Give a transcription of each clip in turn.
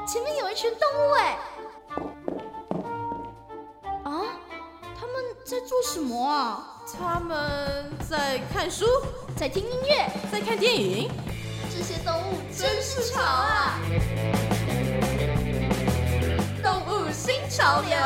前面有一群动物哎！啊，他们在做什么啊？ 他们在看书， 在听音乐， 在看电影。 这些动物真是潮啊！动物新潮流。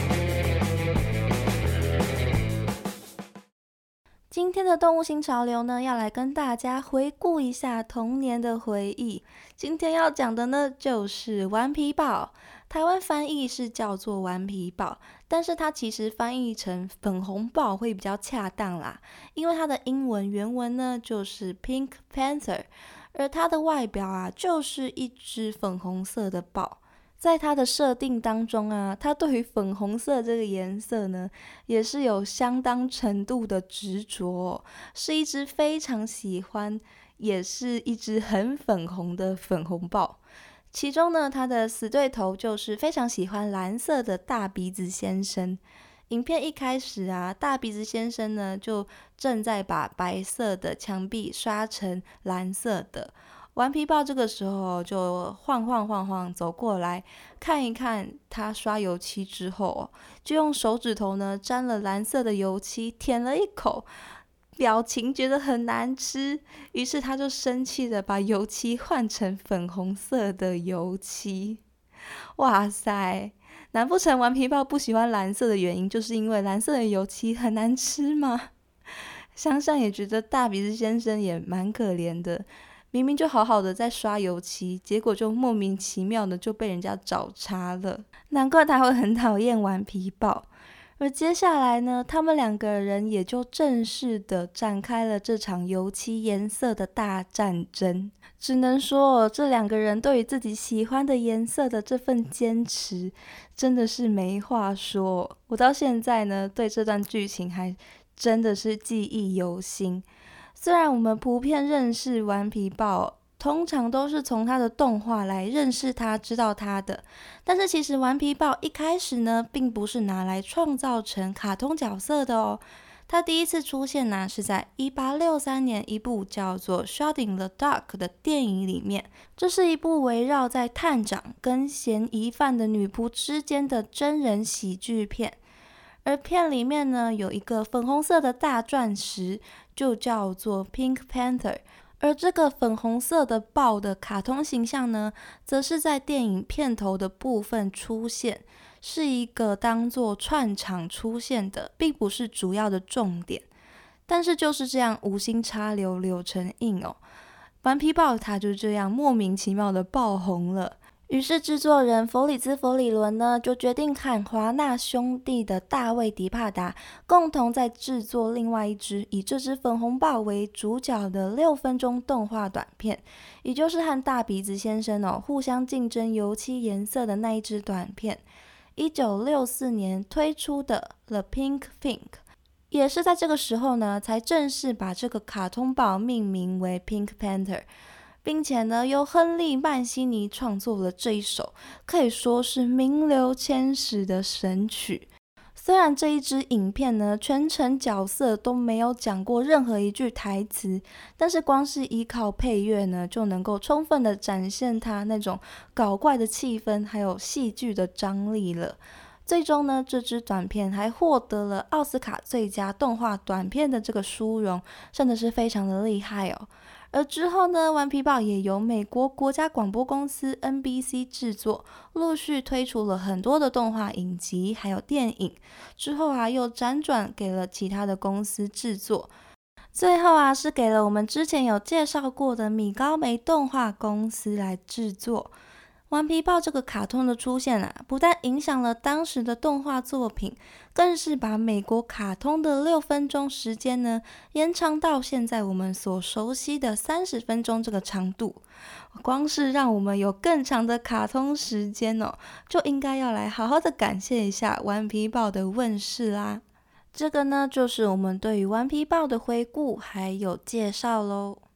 今天的动物新潮流呢，要来跟大家回顾一下童年的回忆。今天要讲的呢，就是顽皮豹。台湾翻译是叫做顽皮豹，但是它其实翻译成粉红豹会比较恰当啦，因为它的英文原文呢就是 Pink Panther， 而它的外表啊就是一只粉红色的豹。在它的设定当中啊，它对于粉红色这个颜色呢，也是有相当程度的执着哦，是一只非常喜欢，也是一只很粉红的粉红豹。其中呢，它的死对头就是非常喜欢蓝色的大鼻子先生。影片一开始啊，大鼻子先生呢就正在把白色的墙壁刷成蓝色的。顽皮豹这个时候就晃走过来看一看他刷油漆之后，就用手指头呢沾了蓝色的油漆舔了一口，表情觉得很难吃，于是他就生气的把油漆换成粉红色的油漆。哇塞，难不成顽皮豹不喜欢蓝色的原因就是因为蓝色的油漆很难吃吗？想想也觉得大鼻子先生也蛮可怜的，明明就好好的在刷油漆，结果就莫名其妙的就被人家找茬了。难怪他会很讨厌顽皮豹。而接下来呢，他们两个人也就正式的展开了这场油漆颜色的大战争。只能说这两个人对于自己喜欢的颜色的这份坚持真的是没话说。我到现在呢，对这段剧情还真的是记忆犹新。虽然我们普遍认识顽皮豹，通常都是从他的动画来认识他、知道他的，但是其实顽皮豹一开始呢，并不是拿来创造成卡通角色的哦。他第一次出现呢，是在1863年一部叫做《Shot in the Dark》的电影里面。这是一部围绕在探长跟嫌疑犯的女仆之间的真人喜剧片。而片里面呢，有一个粉红色的大钻石，就叫做 Pink Panther。而这个粉红色的豹的卡通形象呢，则是在电影片头的部分出现，是一个当作串场出现的，并不是主要的重点。但是就是这样无心插柳柳成荫哦，顽皮豹它就这样莫名其妙的爆红了。于是制作人弗里兹·弗里伦呢，就决定和华纳兄弟的大卫·迪帕达共同在制作另外一支以这只粉红豹为主角的6分钟动画短片，也就是和大鼻子先生互相竞争油漆颜色的那一支短片。1964年推出的《The Pink Fink》，也是在这个时候呢，才正式把这个卡通豹命名为 Pink Panther。并且呢，由亨利·曼西尼创作了这一首可以说是名留千史的神曲。虽然这一支影片呢，全程角色都没有讲过任何一句台词，但是光是依靠配乐呢，就能够充分的展现它那种搞怪的气氛，还有戏剧的张力了。最终呢，这支短片还获得了奥斯卡最佳动画短片的这个殊荣，真的是非常的厉害哦。而之后呢，顽皮豹也由美国国家广播公司 NBC 制作，陆续推出了很多的动画影集还有电影。之后啊，又辗转给了其他的公司制作。最后啊，是给了我们之前有介绍过的米高梅动画公司来制作。顽皮豹这个卡通的出现啊，不但影响了当时的动画作品，更是把美国卡通的6分钟时间呢，延长到现在我们所熟悉的30分钟这个长度。光是让我们有更长的卡通时间哦，就应该要来好好的感谢一下顽皮豹的问世啦。这个呢，就是我们对于顽皮豹的回顾还有介绍咯。